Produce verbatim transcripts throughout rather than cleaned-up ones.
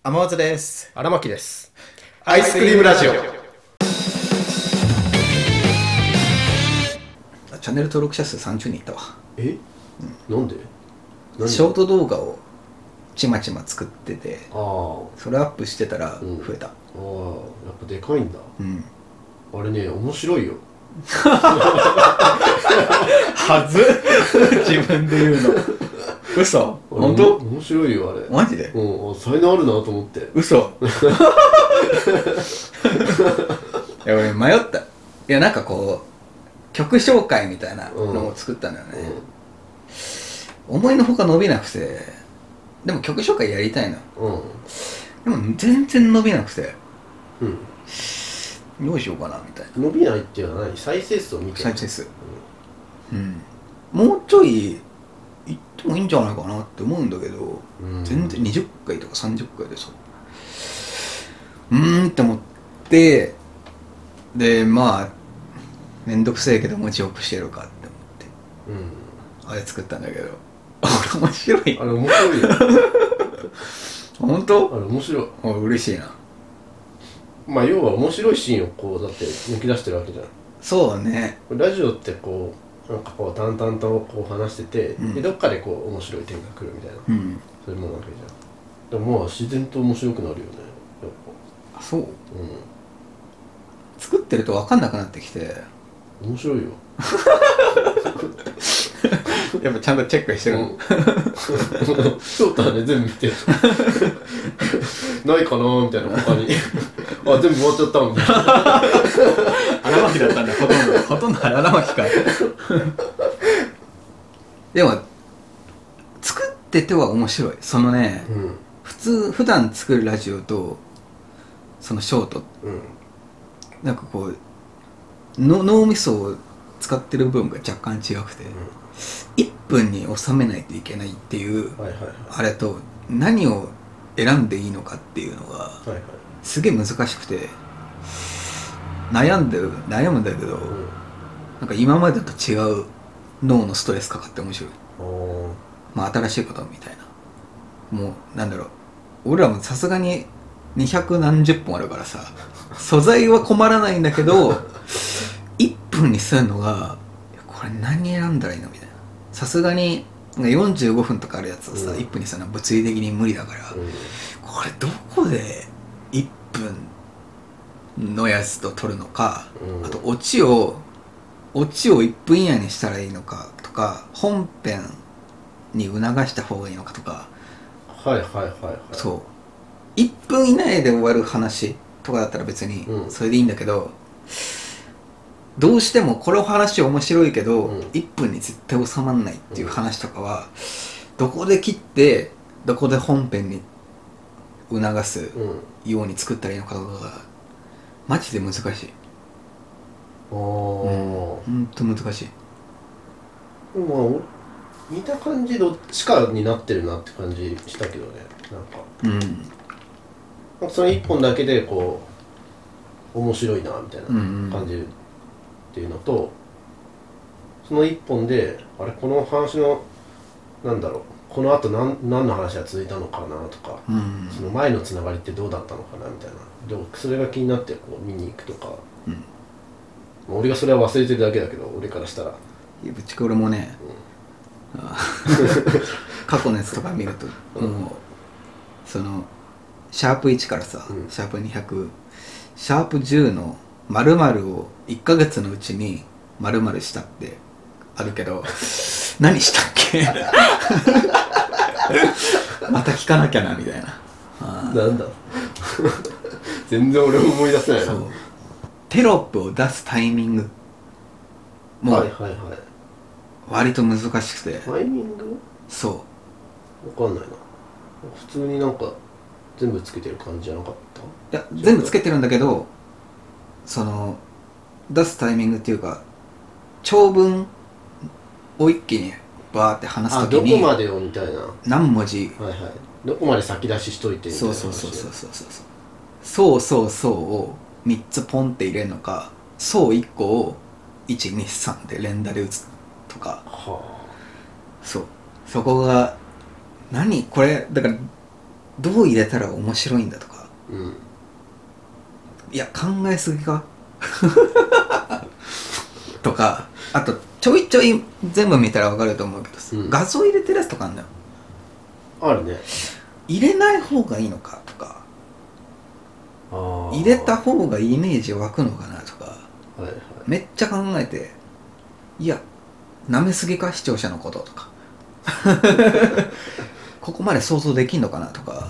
天松です。 荒牧です。 アイスクリームラジオ。 チャンネル登録者数さんじゅうにんいったわ。 え、うん、なんでショート動画をちまちま作ってて、 あそれアップしてたら増えた、 うん、ああ、やっぱでかいんだ。 うん。 あれね、面白いよ。 はず自分で言うの。嘘？本当？ 面白いよ、あれ。 マジで？ うん、才能あるなと思って。 嘘。いや、俺迷った。いや、なんかこう曲紹介みたいなのを作ったんだよね、うん、思いのほか伸びなくて、でも曲紹介やりたいの、うん、でも全然伸びなくて、うん、どうしようかなみたいな。 伸びないっていうのは何？再生数を見てる？ 再生数、うん、うん、もうちょいいってもいいんじゃないかなって思うんだけど、うん、全然にじゅっかいとかさんじゅっかいでさ、うーんって思って、でまあめんどくせえけど文字起こしてやるかって思って、うん、あれ作ったんだけど、あれ面白い。 あれ面白いよ。 本当？ あれ面白い。 あ、嬉しいな。 まあ要は面白いシーンをこうだって抜き出してるわけじゃん。 そうね。 ラジオってこうなんかこう淡々とこう話してて、うん、でどっかでこう面白い点が来るみたいな、うん、そういうものなわけじゃん。でもまあ自然と面白くなるよね。やっぱ。あ、そう。うん。作ってると分かんなくなってきて。 面白いよ。 やっぱちゃんとチェックしてる。 翔太はね全部見てないかなみたいな他にあ全部終わっちゃったみたいな。 荒牧だったんだ。ほとんどほとんど荒牧か。でも作ってては面白い。そのね、うん、普通普段作るラジオとそのショート、うん、なんかこうの脳みそを使ってる部分が若干違くて、うん、いっぷんに収めないといけないっていう、はいはいはい、あれと何を選んでいいのかっていうのが、はいはい、すげえ難しくて悩んでる悩むんだけど、うん、なんか今までと違う脳のストレスかかって面白い。まあ新しいことみたいな。もうなんだろう、俺らもさすがににひゃくなんじゅっぽんあるからさ、素材は困らないんだけどいっぷんにするのがこれ何選んだらいいのみたいな。さすがによんじゅうごふんとかあるやつをさ、うん、いっぷんにするのは物理的に無理だから、うん、これどこでいっぷんのやつと撮るのか、うん、あとオチをオチをいっぷん以内にしたらいいのかとか、本編に促した方がいいのかとか。 はいはいはいはい。 そういっぷん以内で終わる話とかだったら別にそれでいいんだけど、うん、どうしてもこの話面白いけど、うん、いっぷんに絶対収まんないっていう話とかは、どこで切ってどこで本編に促すように作ったらいいのかとかがマジで難しい。ああ、うん、ほんと難しい。 まあ見た感じどっちかになってるなって感じしたけどね。なんか、うん、なんかそのいっぽんだけでこう面白いなみたいな感じっていうのと、うんうん、そのいっぽんであれこの話のなんだろう、この後何何の話が続いたのかなとか、うん、その前のつながりってどうだったのかなみたいな、でもそれが気になってこう見に行くとか、うん、俺がそれは忘れてるだけだけど俺からしたら。 いやぶっちゃけ俺もね、うん、過去のやつとか見ると、うん、もうそのシャープいちからさ、うん、シャープにひゃく、シャープじゅうの〇〇をいっかげつのうちに〇〇したってあるけど何したっけまた聞かなきゃなみたいな。 あなんだ全然俺も思い出せないな。そうテロップを出すタイミングもう、はいはいはい、割と難しくて。 タイミング？そう分かんないな。普通になんか全部つけてる感じじゃなかった？ いや全部つけてるんだけど、その出すタイミングっていうか長文を一気にバーって話すときに、 あどこまでをみたいな、 何文字、 はいはい、どこまで先出ししといてみたいな。 そうそうそうそうそうそうそうそうそうをみっつポンって入れるのか、そういっこをいちにさんで連打で打つとか、はあ、そうそこが何これだからどう入れたら面白いんだとか、 うん、 いや考えすぎかとか、あとちょいちょい全部見たら分かると思うけど、うん、画像入れてるやつとかあんだよ。 あるね。 入れない方がいいのかとか、あ入れた方がイメージ湧くのかなとか、はいはい、めっちゃ考えて、いやなめすぎか視聴者のこととかここまで想像できんのかなとか、あ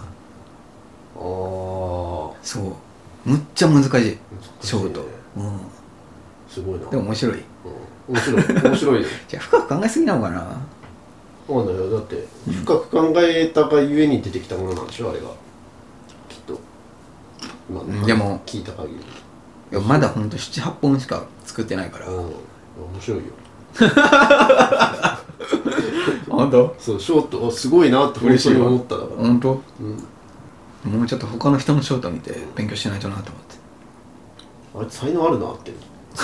そうむっちゃ難しい、難しいね、ショート、うん、 すごいな。 でも面白い、 うん、面白い面白いじゃあ深く考えすぎなのかな。 そうだよ、だって深く考えたがゆえに出てきたものなんでしょ、あれがきっと。まあ、でも聞いた限り、いやまだほんとななはっぽんしか作ってないから、うん、 面白いよ本当？ そう、ショートすごいなって本当に思っただから。 本当？うん、もうちょっと他の人のショート見て勉強しないとなと思って。 あれ才能あるなって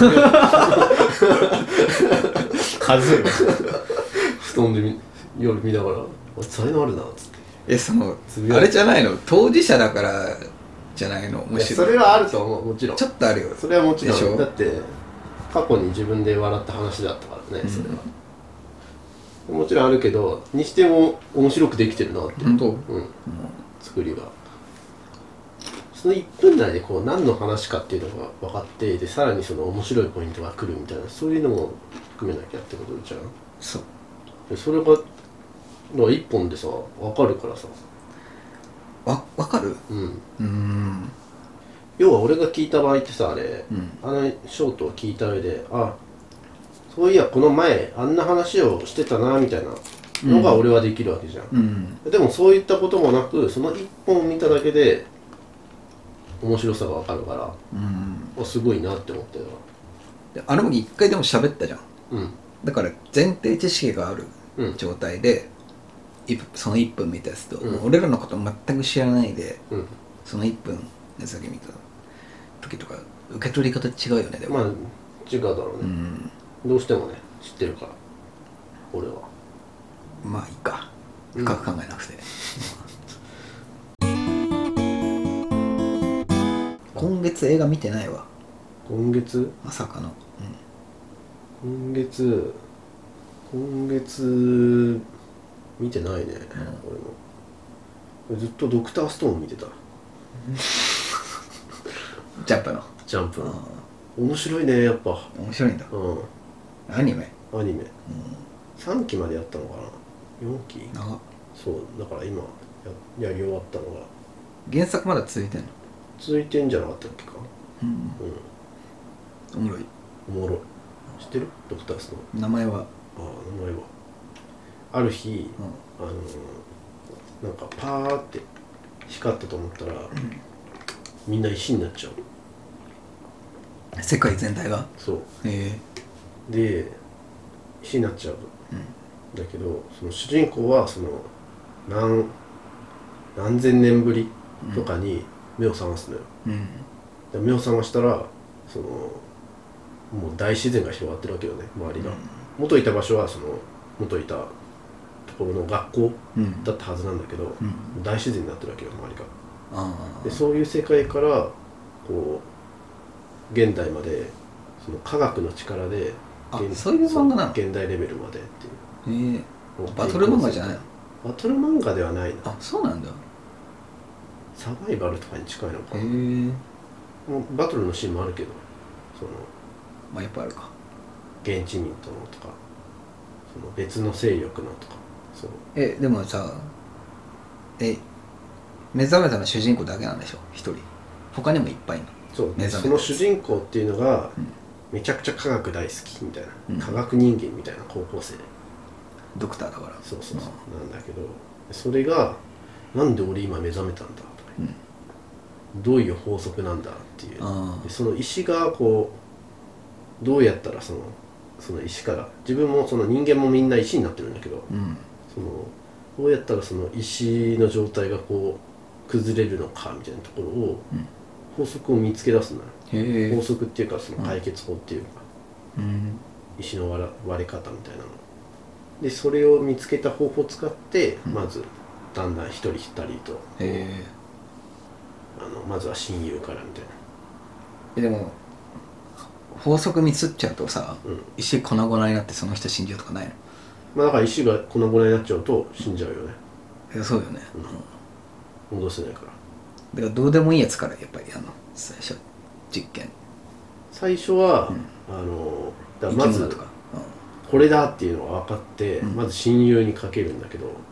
数え布団で夜見ながら才能あるなっつって。 え、そのあれじゃないの、当事者だからじゃないの。むしろそれはあると思う。もちろんちょっとあるよ。 それはもちろんだって、過去に自分で笑った話だったからね、それは、うん、もちろんあるけど、にしても面白くできてるなって。 本当？ うん、うん、作りがそのいっぷん内でこう何の話かっていうのが分かって、でさらにその面白いポイントが来るみたいな、そういうのも含めなきゃってことじゃん。 そうでそれがいっぽんでさ分かるからさ。 わ分かる。 うん。 うーん。 要は俺が聞いた場合ってさ、あれ、うん、あのショートを聞いた上で、あ、そういやこの前あんな話をしてたなみたいなのが俺はできるわけじゃん、うんうん、でもそういったこともなく、そのいっぽん見ただけで面白さが分かるから、うん、すごいなって思ってるわ。 あれも一回でも喋ったじゃん、 うん、 だから前提知識がある状態で、うん、そのいっぷん見たやつと、うん、俺らのこと全く知らないで、うん、そのいっぷんね先見た時とか受け取り方違うよね。でもまあ違うだろうね、うん、どうしてもね知ってるから俺は。 まあいいか、深く考えなくて、うん、今月映画見てないわ。 今月まさかの、 うん、今月今月見てないね、うん、俺も俺ずっとドクターストーン見てたジャンプのジャンプの面白いね、やっぱ面白いんだ。うんアニメアニメ、うん、さんきまでやったのかな、よんき長っ。 そうだから今 や, やり終わったのが。 原作まだ続いてんの？ 続いてんじゃなかったっけか。うん、 うん、おもろいおもろい。知ってる？ドクターストーン。 名前は？ ああ名前はある日、うん、あのー、なんかパーって光ったと思ったら、うん、みんな石になっちゃう。 世界全体が？ そう。 へえで石になっちゃう、うん、だけどその主人公はその何何千年ぶりとかに目を覚ますのよ、うん、で目を覚ましたらそのもう大自然が広がってるわけよね、周りが、うん、元いた場所はその元いたところの学校だったはずなんだけど、うん、大自然になってるわけよ周りが。あでそういう世界からこう現代までその科学の力であそういう漫画なの？ 現代レベルまでっていう。 へえバトル漫画じゃないの？ バトル漫画ではないな。 あそうなんだ。 サバイバルとかに近いのかな。へえもうバトルのシーンもあるけど、そのまあやっぱあるか、 現地民とのとかその別の勢力のとか。そうえでもさえ目覚めたの主人公だけなんでしょ一人？他にもいっぱいいるの？ そうでその主人公っていうのが、うんめちゃくちゃ科学大好きみたいな、うん、科学人間みたいな高校生でドクターだからそうそうそう、うん、なんだけどそれがなんで俺今目覚めたんだとか、うん、どういう法則なんだっていうでその石がこうどうやったらそのその石から自分もその人間もみんな石になってるんだけど、うん、そのどうやったらその石の状態がこう崩れるのかみたいなところを、うん法則を見つけ出すのよ。法則っていうかその解決法っていうか、うん、石の割れ方みたいなのでそれを見つけた方法を使って、うん、まずだんだん一人一人と、 へあのまずは親友からみたいな。 え。でも法則ミスっちゃうとさ、うん、石粉々になってその人死んじゃうとかないの？ まあだから石が粉々になっちゃうと死んじゃうよね。 いやそうよね、 うん、戻せないから。 だからどうでもいいやつからやっぱりやるの最初実験。 最初は、うん、あのだからまずとか、うん、これだっていうのが分かって、うん、まず親友にかけるんだけど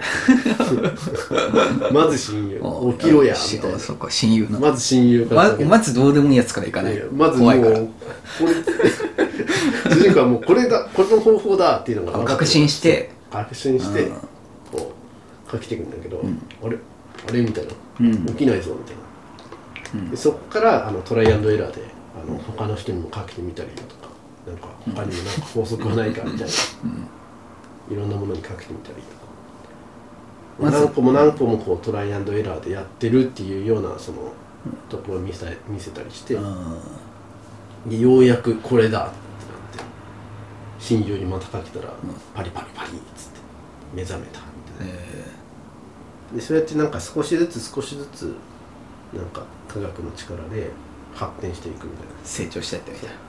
まず親友起きろやみたいな。 そうか親友のまず親友からかける。 ま, まずどうでもいいやつからいかない。いやまずもう怖いからこれ主人公はもうこれだこの方法だっていうのが分かって確信して確信してこうかけていくんだけど、うん、あれあれみたいな、うん、起きないぞみたいな、うん、でそこからあのトライアンドエラーであの他の人にもかけてみたりだとか、なんか他にもなんか法則はないかみたいな、うん、いろんなものにかけてみたりとか、ま、何個も何個もこうトライアンドエラーでやってるっていうようなそのところを見せ、見せたりして、でようやくこれだってなって親友にまたかけたら、うん、パリパリパリっつって目覚めたみたいな、えー、でそうやってなんか少しずつ少しずつなんか科学の力で発展していくみたいな、 成長していってみたいな。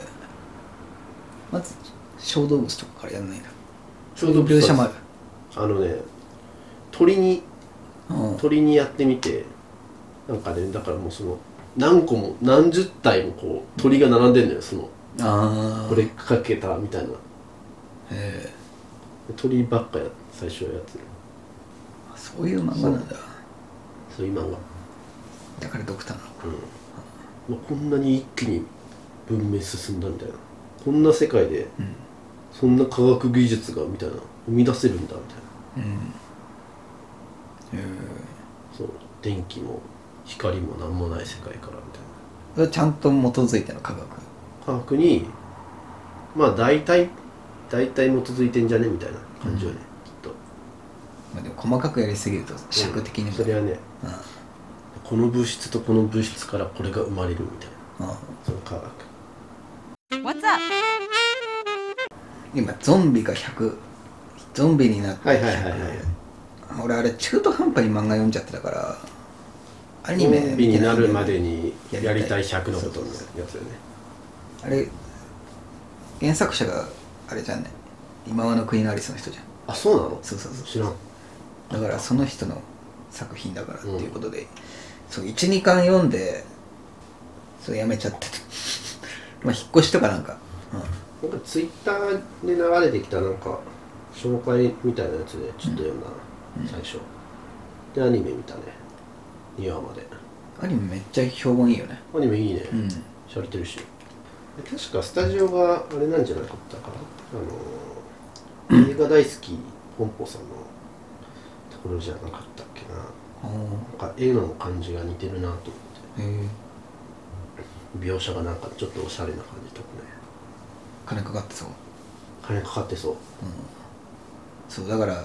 まず小動物とかからやらないんだ。 小動物はあのね鳥に、うん、鳥にやってみて、なんかねだからもうその何個も何十体もこう鳥が並んでんのよ、そのあこれかけたみたいな。へえ。鳥ばっかや最初はやってる。 そういう漫画なんだ。 そういう漫画だからドクターなのか、 うん、こんなに一気に文明進んだみたいな、こんな世界で、うん、そんな科学技術がみたいな生み出せるんだみたいな、うん、へえ。そう電気も光も何もない世界からみたいな。 ちゃんと基づいての科学科学にまあ大体大体基づいてんじゃねみたいな感じよね、うん、きっと。 まあでも細かくやりすぎると尺的にも、 うん、それはね、うん、この物質とこの物質からこれが生まれるみたいな、うん、その科学。 What's up? 今ゾンビがひゃくゾンビになってひゃく、はいはいはいはい、俺あれ中途半端に漫画読んじゃってたからアニメゾンビになるまでにやりたいひゃくのことのやつよね。 あれ原作者があれじゃんね、今和の国のアリスの人じゃん。 あ、そうなの？ そうそうそう、 知らん。 だからその人の作品だからっていうことで、うん、そう いち,に 巻読んでそれやめちゃってまあ引っ越しとかなんか、 うん、なんかツイッターで流れてきたなんか紹介みたいなやつでちょっと読んだな、うん、最初でアニメ見たね、にわまで。 アニメめっちゃ評判いいよね。 アニメいいね、うん、しゃれてるし。確かスタジオがあれなんじゃなかったかな、あのー、映画大好き本舗さんのところじゃなかったっけな。なんか映画の感じが似てるなと思って、へ描写がなんかちょっとおしゃれな感じとかね。 金かかってそう。 金かかってそう、うん、 そうだから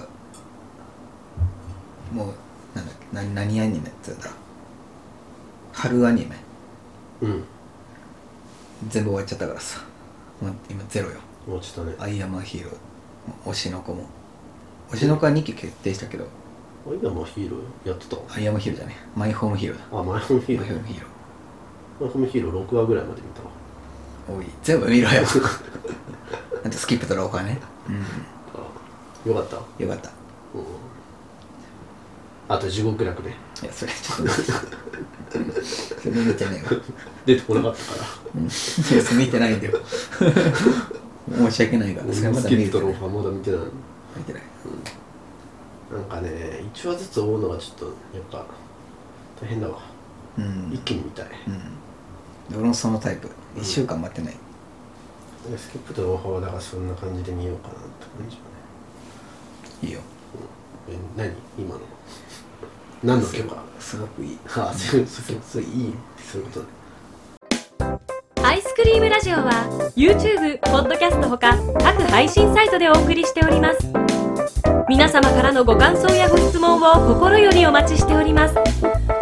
もうなんだっけ、何何アニメって言うんだ、春アニメ、うん、全部終わっちゃったからさ、もう今ゼロよ。 落ちたね。 アイアムアヒーロー、推しの子も推しの子はにき決定したけど、 アイアムアヒーローやってた。 アイアムヒーローじゃね、マイホームヒーローだ。 あ、マイホームヒーロー。 マイホームヒーローマイホームヒーローろくわぐらいまで見たわ。 おい全部見ろよあとスキップとローファーね、うん、 あ、よかった。 よかった、うん、 あと地獄楽ね。 いやそれちょっと待ってそれ見てないわ出てこなかったから、 うん、いやそれ見てないんだよ申し訳ないが、 それまだ見てない。スキップとローファーまだ見てない。 見てない、 うん、なんかねいちわずつ追うのがちょっとやっぱ大変だわ、うん、一気に見たい、 うん、俺もそのタイプ、いっしゅうかん待ってない、 うん、スキップとローファーはだからそんな感じで見ようかなって感じよね。 いいよ、 うん、え、何今の何の許可？ すごくいい。 ああ、すごくいい。そういうことね。 アイスクリームラジオは YouTube、ポッドキャストほか各配信サイトでお送りしております。皆様からのご感想やご質問を心よりお待ちしております。